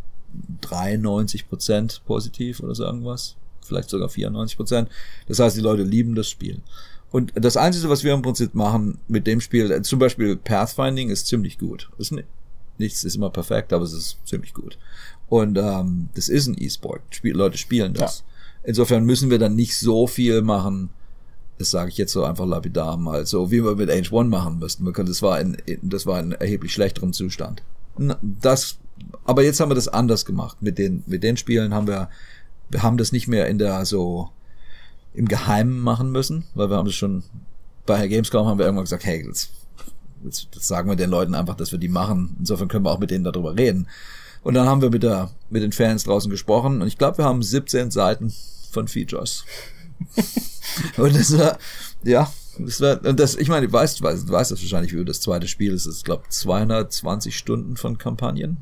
93% positiv oder so irgendwas, vielleicht sogar 94%. Das heißt, die Leute lieben das Spiel. Und das Einzige, was wir im Prinzip machen mit dem Spiel, zum Beispiel Pathfinding, ist ziemlich gut. Nichts ist immer perfekt, aber es ist ziemlich gut. Und das ist ein E-Sport. Leute spielen das. Ja. Insofern müssen wir dann nicht so viel machen, das sage ich jetzt so einfach lapidar mal, so wie wir mit Age 1 machen müssten. Das war in erheblich schlechterem Zustand. Aber jetzt haben wir das anders gemacht. Mit den Spielen wir haben das nicht mehr im Geheimen machen müssen, weil wir haben das schon bei Gamescom haben wir irgendwann gesagt, hey, das sagen wir den Leuten einfach, dass wir die machen. Insofern können wir auch mit denen darüber reden. Und dann haben wir mit den Fans draußen gesprochen und ich glaube, wir haben 17 Seiten von Features. Und das war, und das, ich meine, du weißt das wahrscheinlich, wie das zweite Spiel ist. Es ist, glaube ich, 220 Stunden von Kampagnen.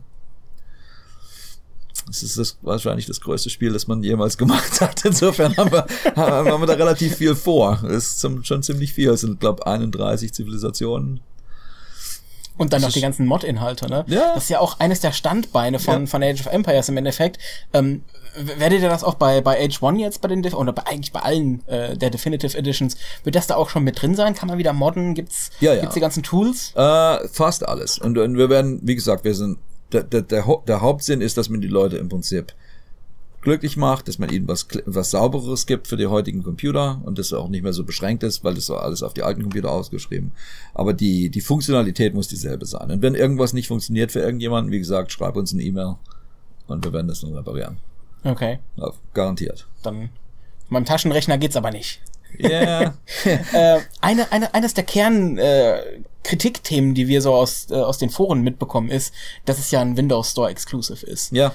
Das ist wahrscheinlich das größte Spiel, das man jemals gemacht hat. Insofern haben wir da relativ viel vor. Das ist schon ziemlich viel. Es sind, glaube ich, 31 Zivilisationen. Und dann noch die ganzen Mod-Inhalte, ne? Ja. Das ist ja auch eines der Standbeine von Age of Empires im Endeffekt. Werdet ihr das auch bei Age 1 jetzt eigentlich bei allen der Definitive Editions, wird das da auch schon mit drin sein? Kann man wieder modden? Gibt's die ganzen Tools? Fast alles. Und wir werden, wie gesagt, der Hauptsinn ist, dass man die Leute im Prinzip glücklich macht, dass man ihnen was Saubereres gibt für die heutigen Computer und das auch nicht mehr so beschränkt ist, weil das war alles auf die alten Computer ausgeschrieben. Aber die Funktionalität muss dieselbe sein. Und wenn irgendwas nicht funktioniert für irgendjemanden, wie gesagt, schreib uns eine E-Mail und wir werden das dann reparieren. Okay. Ja, garantiert. Dann mit meinem Taschenrechner geht's aber nicht. Ja. Yeah. Eines der Kritikthemen, die wir so aus den Foren mitbekommen, ist, dass es ja ein Windows Store Exclusive ist. Ja.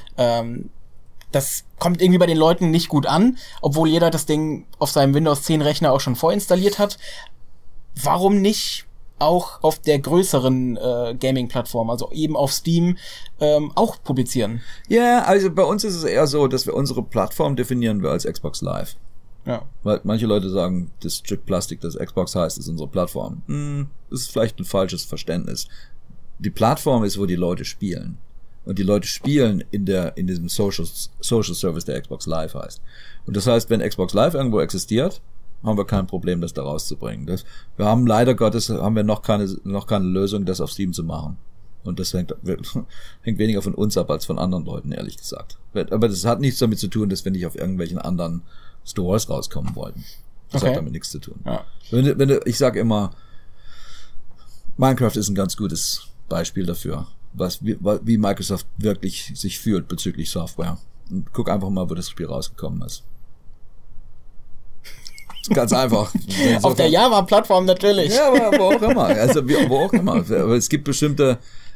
Das kommt irgendwie bei den Leuten nicht gut an, obwohl jeder das Ding auf seinem Windows 10 Rechner auch schon vorinstalliert hat. Warum nicht auch auf der größeren Gaming-Plattform, also eben auf Steam, auch publizieren? Ja, also bei uns ist es eher so, dass wir unsere Plattform definieren wir als Xbox Live. Ja. Weil manche Leute sagen, das Stück Plastik, das Xbox heißt, ist unsere Plattform. Das ist vielleicht ein falsches Verständnis. Die Plattform ist, wo die Leute spielen. Und die Leute spielen in diesem Social Service, der Xbox Live heißt. Und das heißt, wenn Xbox Live irgendwo existiert, haben wir kein Problem, das da rauszubringen. Wir haben leider Gottes, noch keine Lösung, das auf Steam zu machen. Und das hängt weniger von uns ab als von anderen Leuten, ehrlich gesagt. Aber das hat nichts damit zu tun, dass wir nicht auf irgendwelchen anderen Stores rauskommen wollten. Das hat damit nichts zu tun. Ja. Ich sage immer, Minecraft ist ein ganz gutes Beispiel dafür, wie Microsoft wirklich sich fühlt bezüglich Software. Und guck einfach mal, wo das Spiel rausgekommen ist. Ganz einfach. Auf der Java-Plattform natürlich. Ja, aber wo auch immer. Also wo auch immer. Aber es gibt bestimmte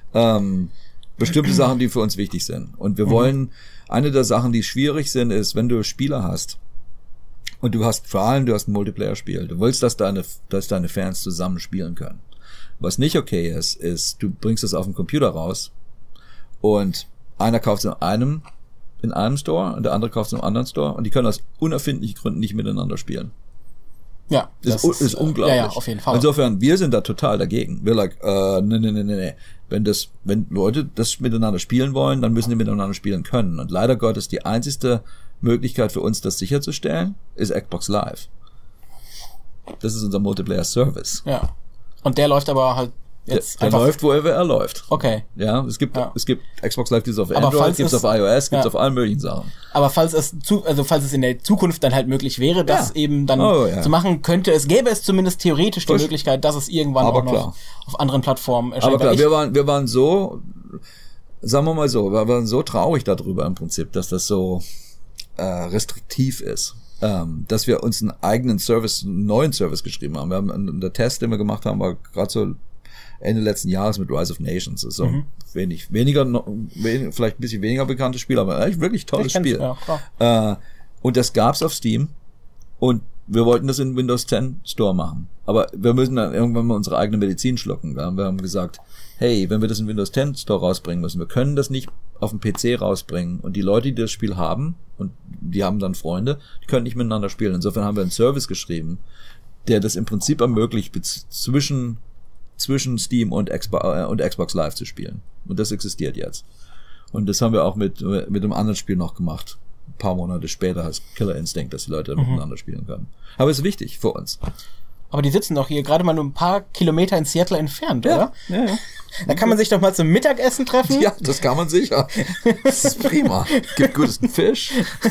Sachen, die für uns wichtig sind. Und wir wollen, eine der Sachen, die schwierig sind, ist, wenn du Spieler hast und du hast ein Multiplayer-Spiel, du willst, dass deine Fans zusammen spielen können. Was nicht okay ist, du bringst es auf den Computer raus und einer kauft es in einem Store und der andere kauft es in einem anderen Store und die können aus unerfindlichen Gründen nicht miteinander spielen. Ja, das ist unglaublich. Ja, auf jeden Fall. Insofern, wir sind da total dagegen. Wir nee. Wenn Leute das miteinander spielen wollen, dann müssen die miteinander spielen können. Und leider Gottes, die einzigste Möglichkeit für uns, das sicherzustellen, ist Xbox Live. Das ist unser Multiplayer-Service. Ja. Und der läuft aber halt jetzt der läuft, wo er läuft. Okay. Ja, es gibt Xbox Live, gibt's auf Android, gibt's auf iOS, gibt's auf allen möglichen Sachen. Aber falls es in der Zukunft dann halt möglich wäre, das eben dann zu machen, gäbe es zumindest theoretisch die Möglichkeit, dass es irgendwann auch noch auf anderen Plattformen erscheint. Aber klar, wir waren so, sagen wir mal so, wir waren so traurig darüber im Prinzip, dass das so restriktiv ist. Dass wir uns einen neuen Service geschrieben haben. Der Test, den wir gemacht haben, war gerade so Ende letzten Jahres mit Rise of Nations. Das ist so vielleicht ein bisschen weniger bekanntes Spiel, aber eigentlich wirklich tolles Spiel. Ja, und das gab's auf Steam und wir wollten das in Windows 10 Store machen. Aber wir müssen dann irgendwann mal unsere eigene Medizin schlucken. Wir haben gesagt, hey, wenn wir das in Windows 10 Store rausbringen müssen, wir können das nicht auf dem PC rausbringen. Und die Leute, die das Spiel haben, und die haben dann Freunde, die können nicht miteinander spielen. Insofern haben wir einen Service geschrieben, der das im Prinzip ermöglicht, zwischen Steam und Xbox Live zu spielen. Und das existiert jetzt. Und das haben wir auch mit einem anderen Spiel noch gemacht. Ein paar Monate später heißt Killer Instinct, dass die Leute miteinander spielen können. Aber es ist wichtig für uns. Aber die sitzen doch hier gerade mal nur ein paar Kilometer in Seattle entfernt, oder? Ja. Da kann man sich doch mal zum Mittagessen treffen. Ja, das kann man sicher. Das ist prima. Gibt guten Fisch.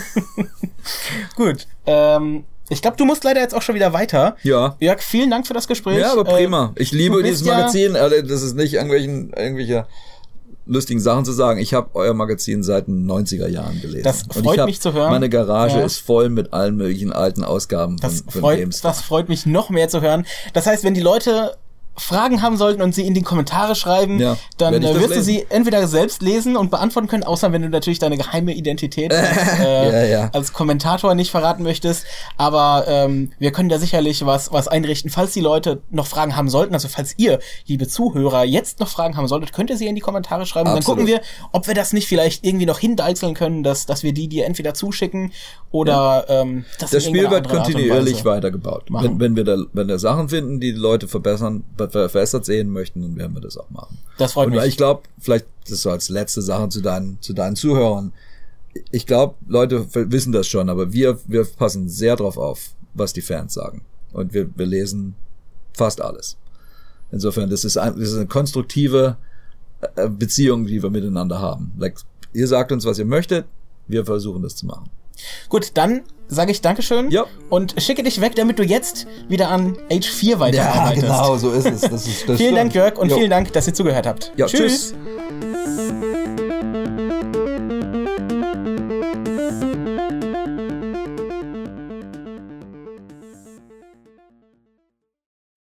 Gut. Ich glaube, du musst leider jetzt auch schon wieder weiter. Ja. Jörg, vielen Dank für das Gespräch. Ja, aber prima. Ich liebe dieses Magazin. Das ist nicht irgendwelche lustigen Sachen zu sagen. Ich habe euer Magazin seit den 90er Jahren gelesen. Das freut mich zu hören. Meine Garage ist voll mit allen möglichen alten Ausgaben von Games. Das freut mich noch mehr zu hören. Das heißt, wenn die Leute Fragen haben sollten und sie in die Kommentare schreiben, dann wirst du sie entweder selbst lesen und beantworten können, außer wenn du natürlich deine geheime Identität als Kommentator nicht verraten möchtest. Aber wir können da sicherlich was einrichten. Falls die Leute noch Fragen haben sollten, also falls ihr, liebe Zuhörer, jetzt noch Fragen haben solltet, könnt ihr sie in die Kommentare schreiben. Und dann gucken wir, ob wir das nicht vielleicht irgendwie noch hindeichseln können, dass wir die dir entweder zuschicken oder das Spiel wird kontinuierlich weitergebaut. Wenn wir Sachen finden, die Leute verbessert sehen möchten, dann werden wir das auch machen. Das freut mich. Ich glaube, vielleicht das so als letzte Sache zu deinen Zuhörern. Ich glaube, Leute wissen das schon, aber wir passen sehr drauf auf, was die Fans sagen. Und wir lesen fast alles. Insofern, das ist eine konstruktive Beziehung, die wir miteinander haben. Ihr sagt uns, was ihr möchtet, wir versuchen das zu machen. Gut, dann sage ich Dankeschön und schicke dich weg, damit du jetzt wieder an Age 4 weiterarbeitest. Ja, genau, so ist es. Das vielen Dank, Jörg, und vielen Dank, dass ihr zugehört habt. Ja, tschüss.